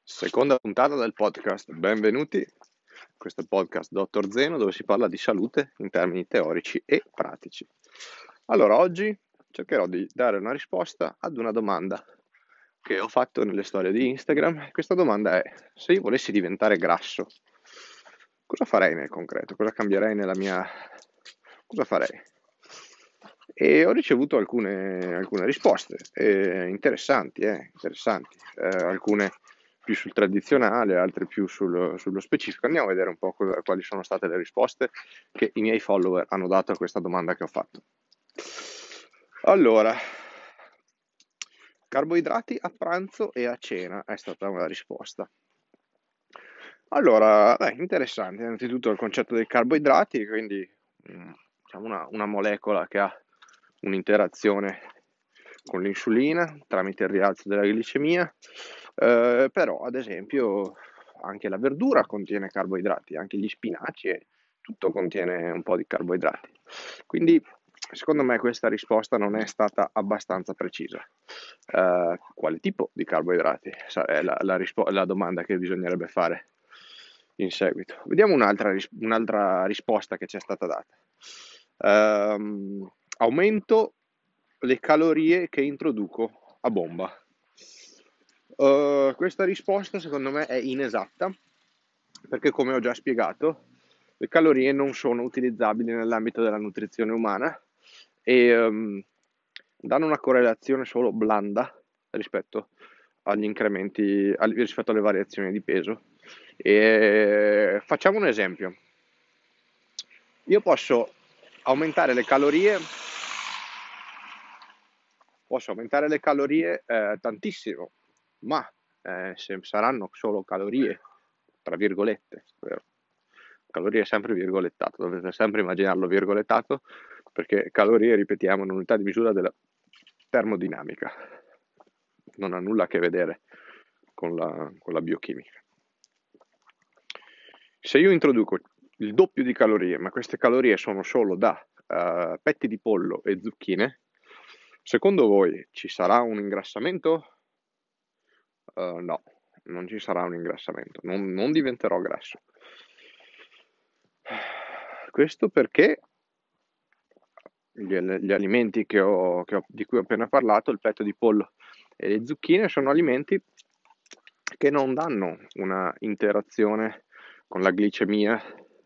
Seconda puntata del podcast, benvenuti. Questo è il podcast Dottor Zeno dove si parla di salute in termini teorici e pratici. Allora, oggi cercherò di dare una risposta ad una domanda che ho fatto nelle storie di Instagram. Questa domanda è: se io volessi diventare grasso, cosa farei nel concreto? Cosa cambierei nella mia... Cosa farei? E ho ricevuto alcune risposte interessanti, alcune più sul tradizionale, altre più sullo specifico. Andiamo a vedere un po' quali sono state le risposte che i miei follower hanno dato a questa domanda che ho fatto. Allora, carboidrati a pranzo e a cena è stata una risposta. Allora, interessante, innanzitutto il concetto dei carboidrati, quindi diciamo una molecola che ha un'interazione con l'insulina tramite il rialzo della glicemia, però ad esempio anche la verdura contiene carboidrati, anche gli spinaci e tutto contiene un po' di carboidrati. Quindi secondo me questa risposta non è stata abbastanza precisa. Quale tipo di carboidrati? È la domanda che bisognerebbe fare in seguito. Vediamo un'altra risposta che ci è stata data. Aumento le calorie che introduco a bomba. Questa risposta secondo me è inesatta perché, come ho già spiegato, le calorie non sono utilizzabili nell'ambito della nutrizione umana e danno una correlazione solo blanda rispetto agli incrementi, rispetto alle variazioni di peso. E facciamo un esempio. Io aumentare le calorie, posso aumentare le calorie tantissimo, ma se saranno solo calorie, tra virgolette, vero? Calorie è sempre virgolettato, dovete sempre immaginarlo virgolettato, perché calorie, ripetiamo, è un'unità di misura della termodinamica, non ha nulla a che vedere con la biochimica. Se io introduco il doppio di calorie, ma queste calorie sono solo da petti di pollo e zucchine, secondo voi ci sarà un ingrassamento? No, non ci sarà un ingrassamento, non diventerò grasso. Questo perché gli alimenti di cui ho appena parlato, il petto di pollo e le zucchine, sono alimenti che non danno una interazione con la glicemia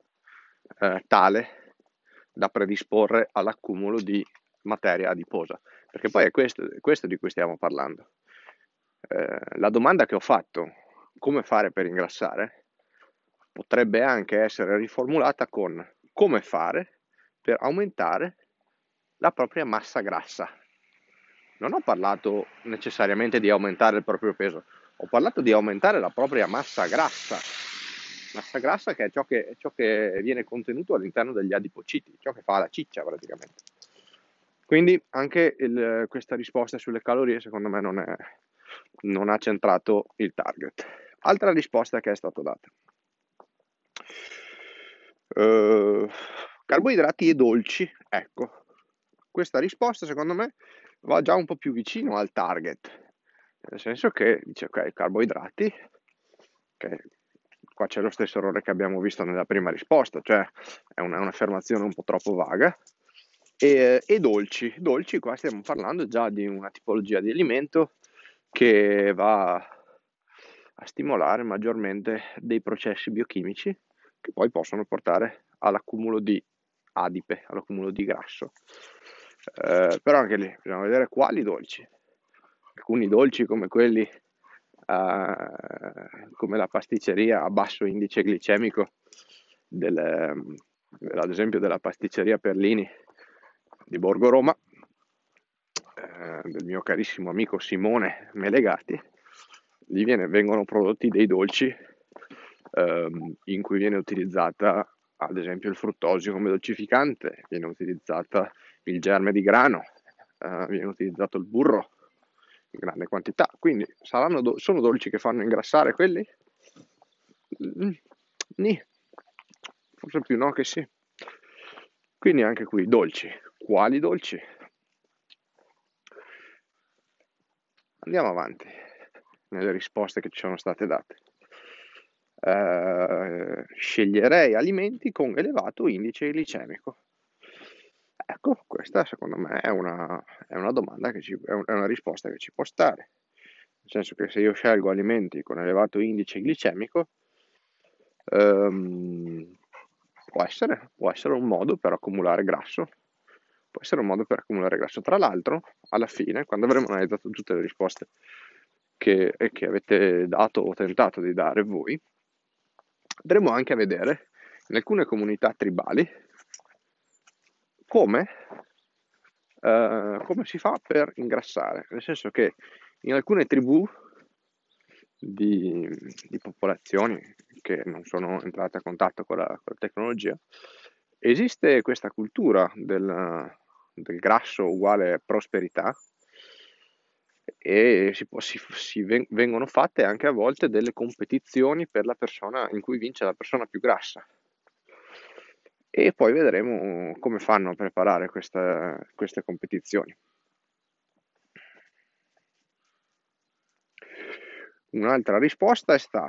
tale da predisporre all'accumulo di materia adiposa, perché poi è questo di cui stiamo parlando. La domanda che ho fatto, come fare per ingrassare, potrebbe anche essere riformulata con: come fare per aumentare la propria massa grassa. Non ho parlato necessariamente di aumentare il proprio peso, ho parlato di aumentare la propria massa grassa. Massa grassa che è ciò che viene contenuto all'interno degli adipociti, ciò che fa la ciccia praticamente. Quindi anche questa risposta sulle calorie secondo me non ha centrato il target. Altra risposta che è stata data. Carboidrati e dolci, ecco. Questa risposta secondo me va già un po' più vicino al target, nel senso che dice ok, carboidrati, okay. Qua c'è lo stesso errore che abbiamo visto nella prima risposta, cioè è un'affermazione un po' troppo vaga. E dolci, qua stiamo parlando già di una tipologia di alimento che va a stimolare maggiormente dei processi biochimici che poi possono portare all'accumulo di adipe, all'accumulo di grasso. Però anche lì bisogna vedere quali dolci. Alcuni dolci come quelli come la pasticceria a basso indice glicemico ad esempio della pasticceria Perlini di Borgo Roma, del mio carissimo amico Simone Melegati. Lì vengono prodotti dei dolci in cui viene utilizzata ad esempio il fruttosio come dolcificante, viene utilizzata il germe di grano, viene utilizzato il burro in grande quantità, quindi sono dolci che fanno ingrassare quelli? Nì, forse più no che sì. Quindi anche qui dolci. Quali dolci? Andiamo avanti. nelle risposte che ci sono state date. Sceglierei alimenti con elevato indice glicemico. Ecco, questa secondo me è una domanda è una risposta che ci può stare. Nel senso che se io scelgo alimenti con elevato indice glicemico, ehm, può essere un modo per accumulare grasso. Può essere un modo per accumulare grasso. Tra l'altro, alla fine, quando avremo analizzato tutte le risposte che avete dato o tentato di dare voi, andremo anche a vedere in alcune comunità tribali come, come si fa per ingrassare. Nel senso che in alcune tribù di popolazioni che non sono entrate a contatto con la tecnologia, esiste questa cultura del grasso uguale prosperità e vengono fatte anche a volte delle competizioni per la persona in cui vince la persona più grassa. E poi vedremo come fanno a preparare queste competizioni. Un'altra risposta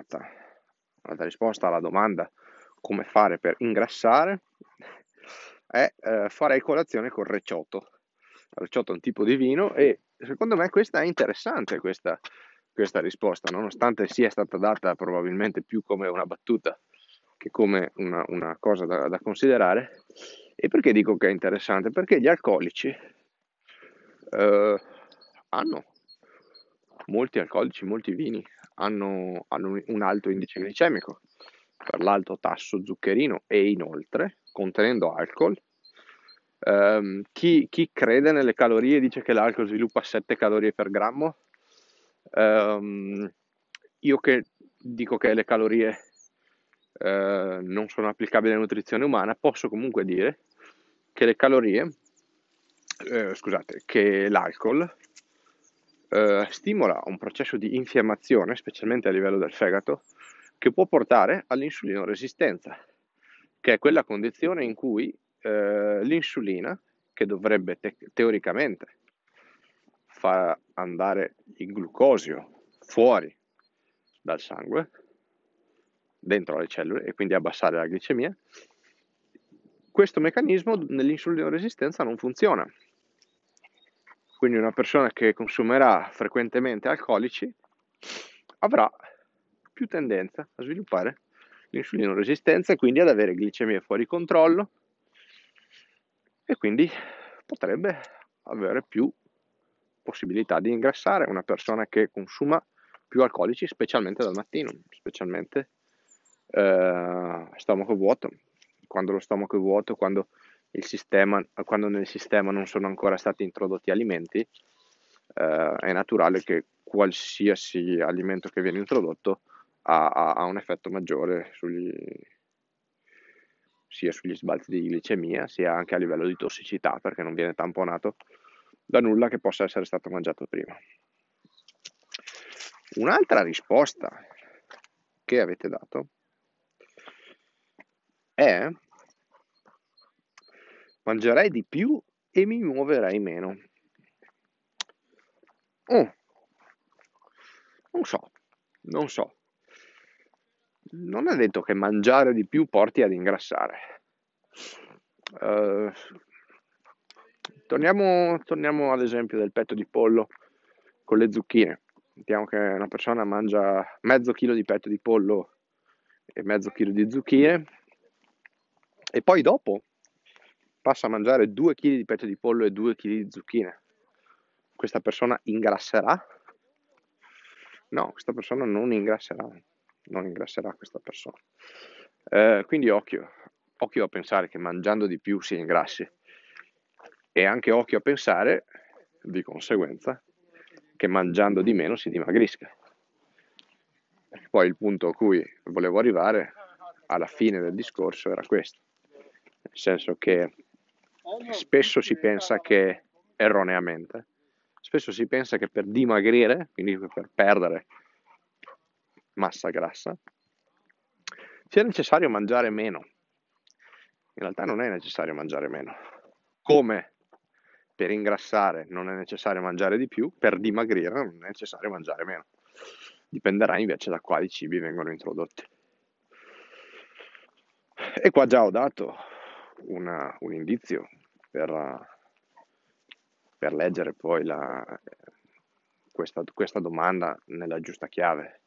alla domanda come fare per ingrassare è farei colazione con recioto. Il recioto è un tipo di vino e secondo me questa è interessante, questa risposta, nonostante sia stata data probabilmente più come una battuta che come una cosa da considerare. E perché dico che è interessante? Perché gli alcolici hanno molti vini hanno un alto indice glicemico per l'alto tasso zuccherino e inoltre, contenendo alcol, chi crede nelle calorie dice che l'alcol sviluppa 7 calorie per grammo. Io che dico che le calorie non sono applicabili alla nutrizione umana, posso comunque dire che le calorie, che l'alcol stimola un processo di infiammazione, specialmente a livello del fegato, che può portare all'insulinoresistenza, che è quella condizione in cui l'insulina, che dovrebbe teoricamente far andare il glucosio fuori dal sangue, dentro le cellule, e quindi abbassare la glicemia, questo meccanismo nell'insulinoresistenza non funziona. Quindi una persona che consumerà frequentemente alcolici avrà più tendenza a sviluppare l'insulinoresistenza e quindi ad avere glicemie fuori controllo e quindi potrebbe avere più possibilità di ingrassare una persona che consuma più alcolici, specialmente dal mattino, specialmente stomaco vuoto. Quando lo stomaco è vuoto, quando nel sistema non sono ancora stati introdotti alimenti, è naturale che qualsiasi alimento che viene introdotto ha un effetto maggiore sia sugli sbalzi di glicemia, sia anche a livello di tossicità, perché non viene tamponato da nulla che possa essere stato mangiato prima. Un'altra risposta che avete dato è: mangerei di più e mi muoverei meno. Non so. Non è detto che mangiare di più porti ad ingrassare. Torniamo all'esempio del petto di pollo con le zucchine. Mettiamo che una persona mangia mezzo chilo di petto di pollo e mezzo chilo di zucchine e poi dopo passa a mangiare 2 kg di petto di pollo e 2 kg di zucchine. Questa persona ingrasserà? No, questa persona non ingresserà questa persona. Quindi occhio a pensare che mangiando di più si ingrassi e anche occhio a pensare, di conseguenza, che mangiando di meno si dimagrisca. Poi il punto a cui volevo arrivare alla fine del discorso era questo, nel senso che spesso si pensa che erroneamente, spesso si pensa che per dimagrire, quindi per perdere massa grassa, sia necessario mangiare meno. In realtà non è necessario mangiare meno. Come per ingrassare non è necessario mangiare di più, per dimagrire non è necessario mangiare meno. dipenderà invece da quali cibi vengono introdotti. E qua già ho dato un indizio per leggere poi questa domanda nella giusta chiave.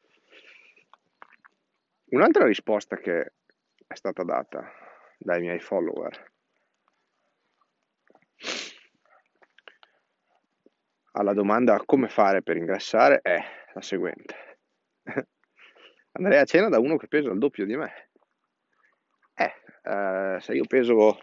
Un'altra risposta che è stata data dai miei follower alla domanda come fare per ingrassare è la seguente. Andrei a cena da uno che pesa il doppio di me. Se io peso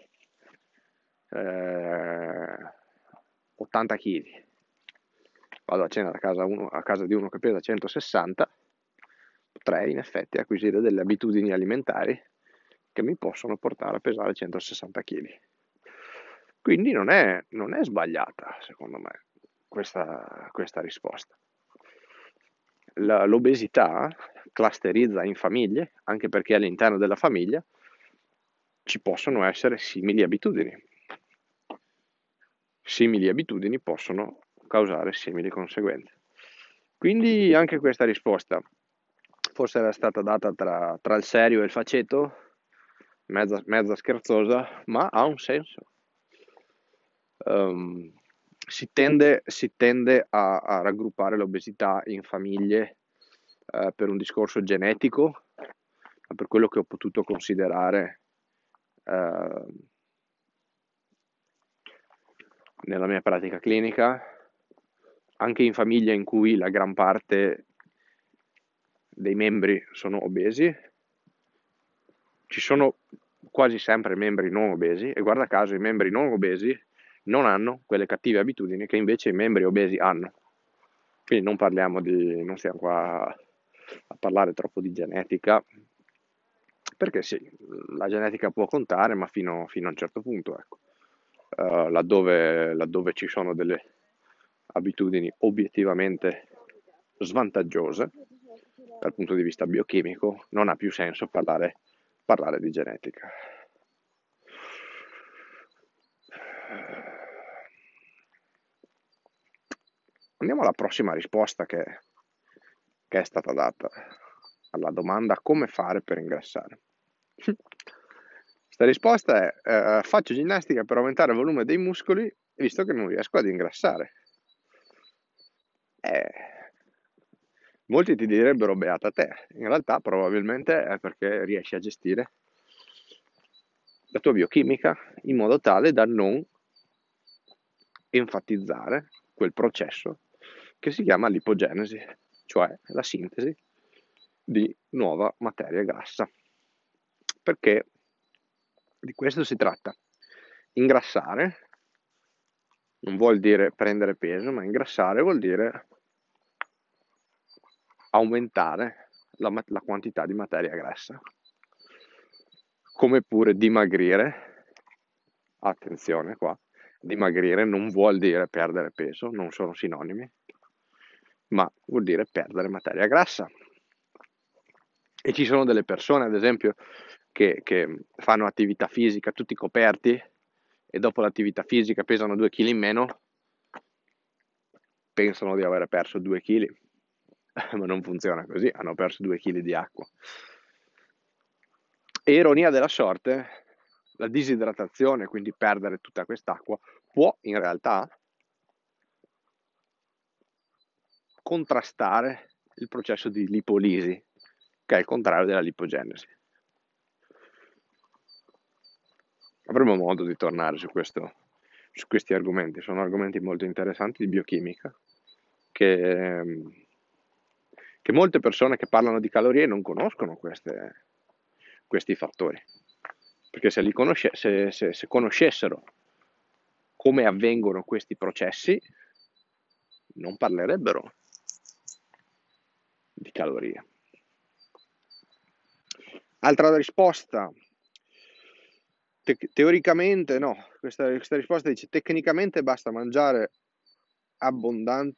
80 kg, vado a cena a casa di uno che pesa 160, potrei in effetti acquisire delle abitudini alimentari che mi possono portare a pesare 160 kg. Quindi non è sbagliata, secondo me, questa risposta. L'obesità clusterizza in famiglie, anche perché all'interno della famiglia ci possono essere simili abitudini. Simili abitudini possono causare simili conseguenze. Quindi anche questa risposta forse era stata data tra il serio e il faceto, mezza scherzosa, ma ha un senso. Si tende a raggruppare l'obesità in famiglie per un discorso genetico, ma per quello che ho potuto considerare nella mia pratica clinica, anche in famiglie in cui la gran parte dei membri sono obesi, ci sono quasi sempre membri non obesi e guarda caso i membri non obesi non hanno quelle cattive abitudini che invece i membri obesi hanno. Quindi non stiamo qua a parlare troppo di genetica, perché sì, la genetica può contare, ma fino a un certo punto, ecco. Laddove ci sono delle abitudini obiettivamente svantaggiose dal punto di vista biochimico, non ha più senso parlare di genetica. Andiamo alla prossima risposta che è stata data alla domanda come fare per ingrassare. Questa risposta è faccio ginnastica per aumentare il volume dei muscoli visto che non riesco ad ingrassare. Molti ti direbbero beata te, in realtà probabilmente è perché riesci a gestire la tua biochimica in modo tale da non enfatizzare quel processo che si chiama lipogenesi, cioè la sintesi di nuova materia grassa. Perché di questo si tratta. Ingrassare non vuol dire prendere peso, ma ingrassare vuol dire aumentare la quantità di materia grassa. Come pure dimagrire, attenzione qua, dimagrire non vuol dire perdere peso, non sono sinonimi, ma vuol dire perdere materia grassa. E ci sono delle persone, ad esempio, che fanno attività fisica tutti coperti e dopo l'attività fisica pesano 2 kg in meno, pensano di aver perso 2 kg, ma non funziona così, hanno perso 2 kg di acqua. E ironia della sorte, la disidratazione, quindi perdere tutta quest'acqua, può in realtà contrastare il processo di lipolisi, che è il contrario della lipogenesi. Avremo modo di tornare su questi argomenti, sono argomenti molto interessanti di biochimica, che molte persone che parlano di calorie non conoscono questi fattori, perché se conoscessero come avvengono questi processi, non parlerebbero di calorie. Altra risposta, teoricamente no, questa risposta dice tecnicamente basta mangiare abbondante,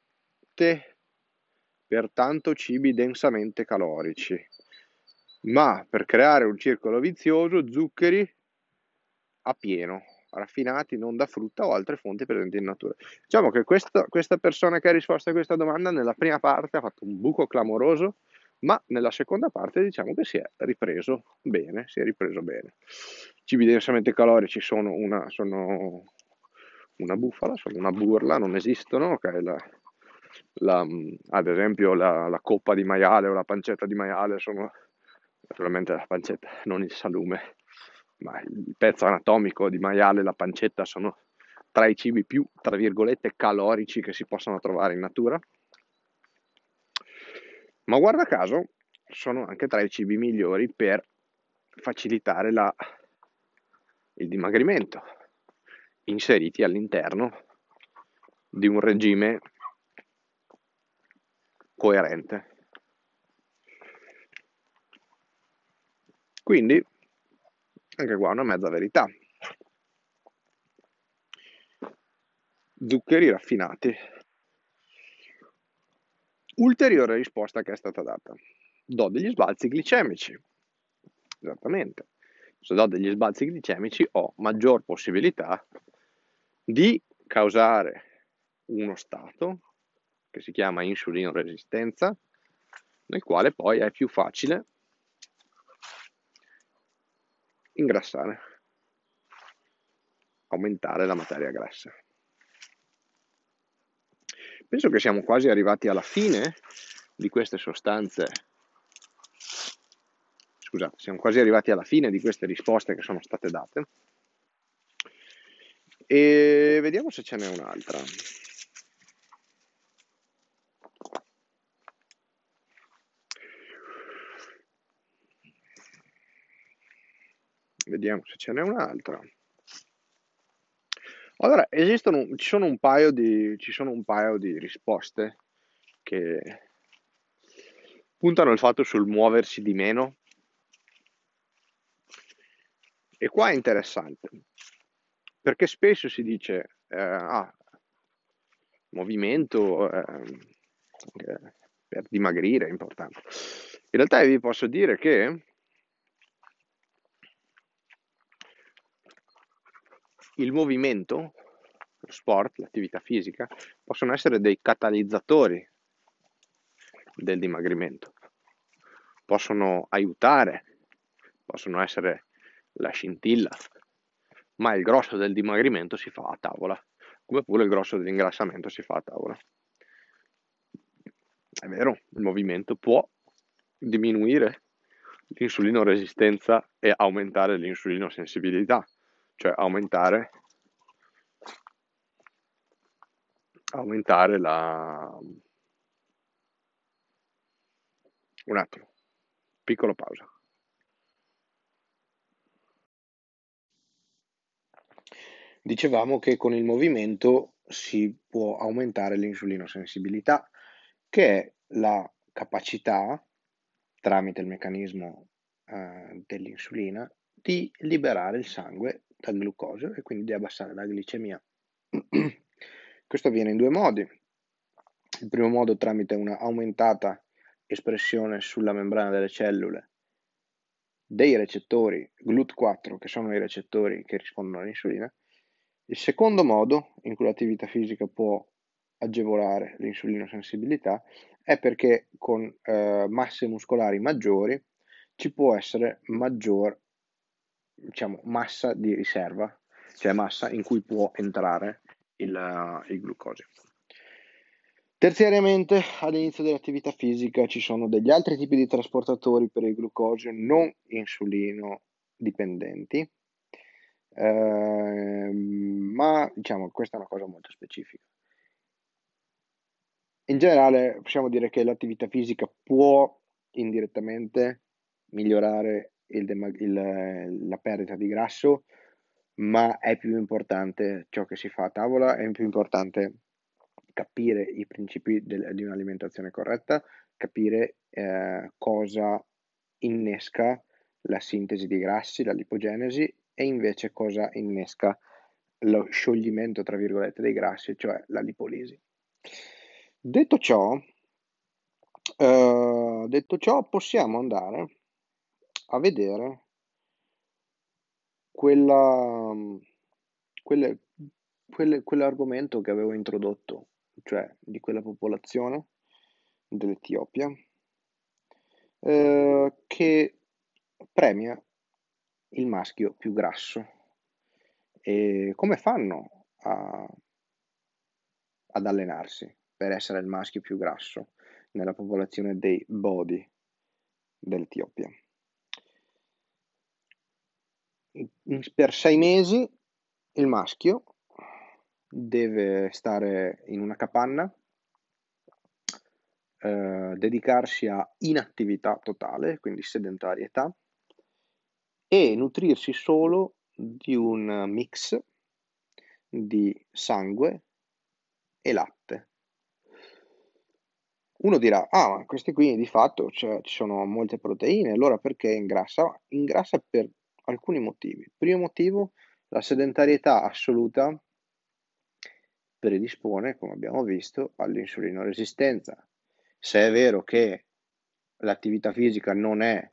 pertanto cibi densamente calorici, ma per creare un circolo vizioso zuccheri a pieno, raffinati, non da frutta o altre fonti presenti in natura. Diciamo che questa persona che ha risposto a questa domanda nella prima parte ha fatto un buco clamoroso, ma nella seconda parte diciamo che si è ripreso bene, si è ripreso bene. I cibi densamente calorici sono una bufala, sono una burla, non esistono, ok? Ad esempio la coppa di maiale o la pancetta di maiale sono, naturalmente la pancetta, non il salume, ma il pezzo anatomico di maiale e la pancetta sono tra i cibi più, tra virgolette, calorici che si possono trovare in natura. Ma guarda caso, sono anche tra i cibi migliori per facilitare il dimagrimento, inseriti all'interno di un regime coerente. Quindi, anche qua una mezza verità. Zuccheri raffinati. Ulteriore risposta che è stata data. Do degli sbalzi glicemici. Esattamente. Se do degli sbalzi glicemici ho maggior possibilità di causare uno stato che si chiama insulinoresistenza, nel quale poi è più facile ingrassare, aumentare la materia grassa. Penso che siamo quasi arrivati alla fine di queste sostanze. Scusate, siamo quasi arrivati alla fine di queste risposte che sono state date. E vediamo se ce n'è un'altra. Vediamo se ce n'è un'altra. Allora, ci sono un paio di risposte che puntano il fatto sul muoversi di meno. E qua è interessante, perché spesso si dice, movimento per dimagrire è importante. In realtà vi posso dire che il movimento, lo sport, l'attività fisica, possono essere dei catalizzatori del dimagrimento, possono aiutare, possono essere la scintilla, ma il grosso del dimagrimento si fa a tavola, come pure il grosso dell'ingrassamento si fa a tavola. È vero, il movimento può diminuire l'insulinoresistenza e aumentare l'insulinosensibilità, cioè aumentare la... Un attimo, piccola pausa. Dicevamo che con il movimento si può aumentare l'insulinosensibilità, che è la capacità, tramite il meccanismo dell'insulina, di liberare il sangue dal glucosio e quindi di abbassare la glicemia. Questo avviene in due modi. Il primo modo tramite una aumentata espressione sulla membrana delle cellule dei recettori GLUT4, che sono i recettori che rispondono all'insulina. Il secondo modo in cui l'attività fisica può agevolare l'insulinosensibilità è perché con masse muscolari maggiori ci può essere maggior, massa di riserva, cioè massa in cui può entrare il glucosio. Terziariamente, all'inizio dell'attività fisica ci sono degli altri tipi di trasportatori per il glucosio non insulino dipendenti, ma questa è una cosa molto specifica. In generale possiamo dire che l'attività fisica può indirettamente migliorare la perdita di grasso, ma è più importante ciò che si fa a tavola, è più importante capire i principi di un'alimentazione corretta, capire cosa innesca la sintesi di grassi, la lipogenesi, e invece cosa innesca lo scioglimento, tra virgolette, dei grassi, cioè la lipolisi. Detto ciò, possiamo andare a vedere quell'argomento che avevo introdotto, cioè di quella popolazione dell'Etiopia, che premia il maschio più grasso. E come fanno ad allenarsi per essere il maschio più grasso nella popolazione dei Bodi dell'Etiopia? Per 6 mesi il maschio deve stare in una capanna, dedicarsi a inattività totale, quindi sedentarietà, e nutrirsi solo di un mix di sangue e latte. Uno dirà, ma questi qui di fatto ci sono molte proteine, allora perché ingrassa? Ingrassa per alcuni motivi. Primo motivo, la sedentarietà assoluta predispone, come abbiamo visto, all'insulinoresistenza. Se è vero che l'attività fisica non è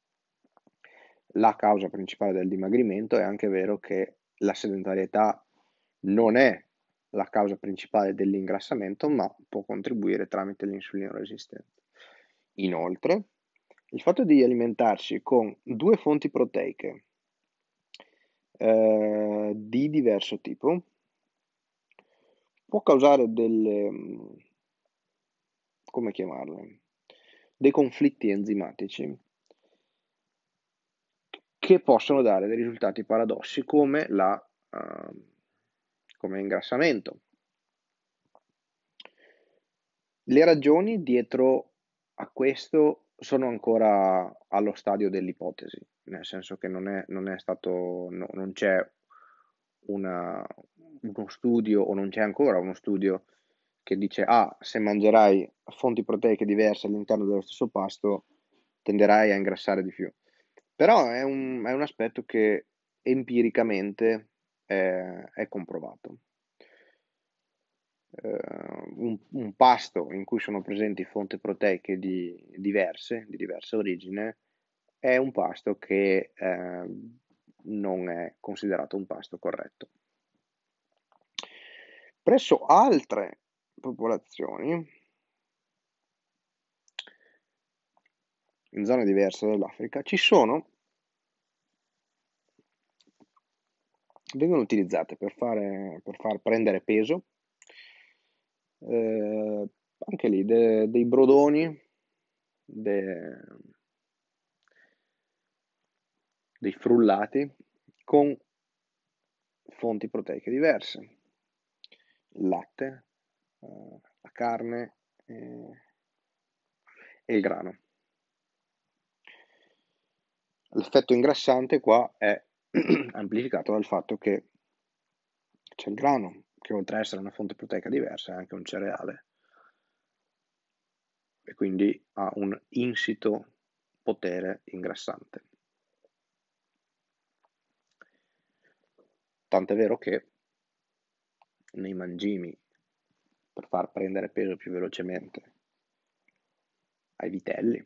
la causa principale del dimagrimento, è anche vero che la sedentarietà non è la causa principale dell'ingrassamento, ma può contribuire tramite l'insulinoresistenza. Inoltre, il fatto di alimentarsi con 2 fonti proteiche di diverso tipo può causare come chiamarle, dei conflitti enzimatici che possono dare dei risultati paradossi come ingrassamento. Le ragioni dietro a questo sono ancora allo stadio dell'ipotesi, nel senso che non c'è uno studio, o non c'è ancora uno studio che dice, se mangerai fonti proteiche diverse all'interno dello stesso pasto, tenderai a ingrassare di più. Però è un aspetto che empiricamente è comprovato. Un pasto in cui sono presenti fonti proteiche di diversa origine, è un pasto che non è considerato un pasto corretto. Presso altre popolazioni, in zone diverse dell'Africa, vengono utilizzate per far prendere peso, anche lì dei brodoni, dei frullati con fonti proteiche diverse, il latte, la carne e il grano. L'effetto ingrassante qua è amplificato dal fatto che c'è il grano, che oltre ad essere una fonte proteica diversa è anche un cereale, e quindi ha un insito potere ingrassante. Tant'è vero che nei mangimi, per far prendere peso più velocemente ai vitelli,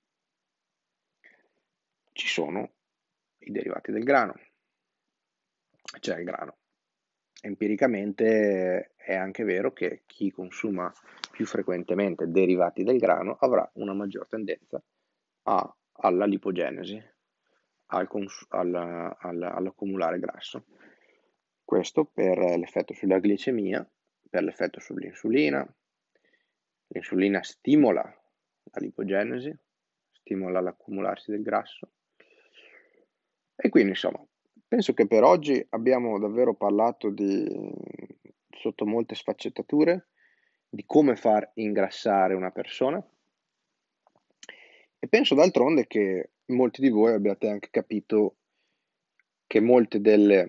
ci sono i derivati del grano, cioè il grano. Empiricamente è anche vero che chi consuma più frequentemente derivati del grano avrà una maggior tendenza alla lipogenesi, all'accumulare grasso. Questo per l'effetto sulla glicemia, per l'effetto sull'insulina. L'insulina stimola la lipogenesi, stimola l'accumularsi del grasso. E quindi insomma, penso che per oggi abbiamo davvero parlato sotto molte sfaccettature di come far ingrassare una persona, e penso d'altronde che molti di voi abbiate anche capito che molte delle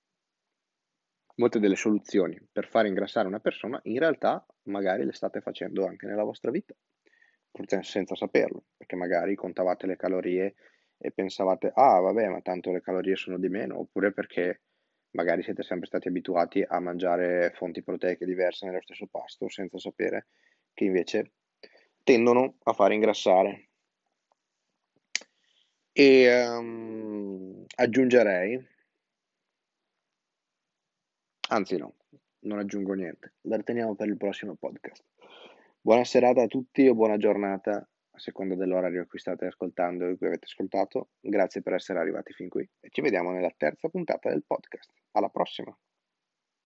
soluzioni per far ingrassare una persona in realtà magari le state facendo anche nella vostra vita, forse senza saperlo, perché magari contavate le calorie e pensavate, vabbè, ma tanto le calorie sono di meno, oppure perché magari siete sempre stati abituati a mangiare fonti proteiche diverse nello stesso pasto, senza sapere che invece tendono a far ingrassare. E aggiungerei Anzi no, non aggiungo niente, la reteniamo per il prossimo podcast. Buona serata a tutti o buona giornata, a seconda dell'orario a cui state ascoltando e cui avete ascoltato. Grazie per essere arrivati fin qui e ci vediamo nella terza puntata del podcast. Alla prossima!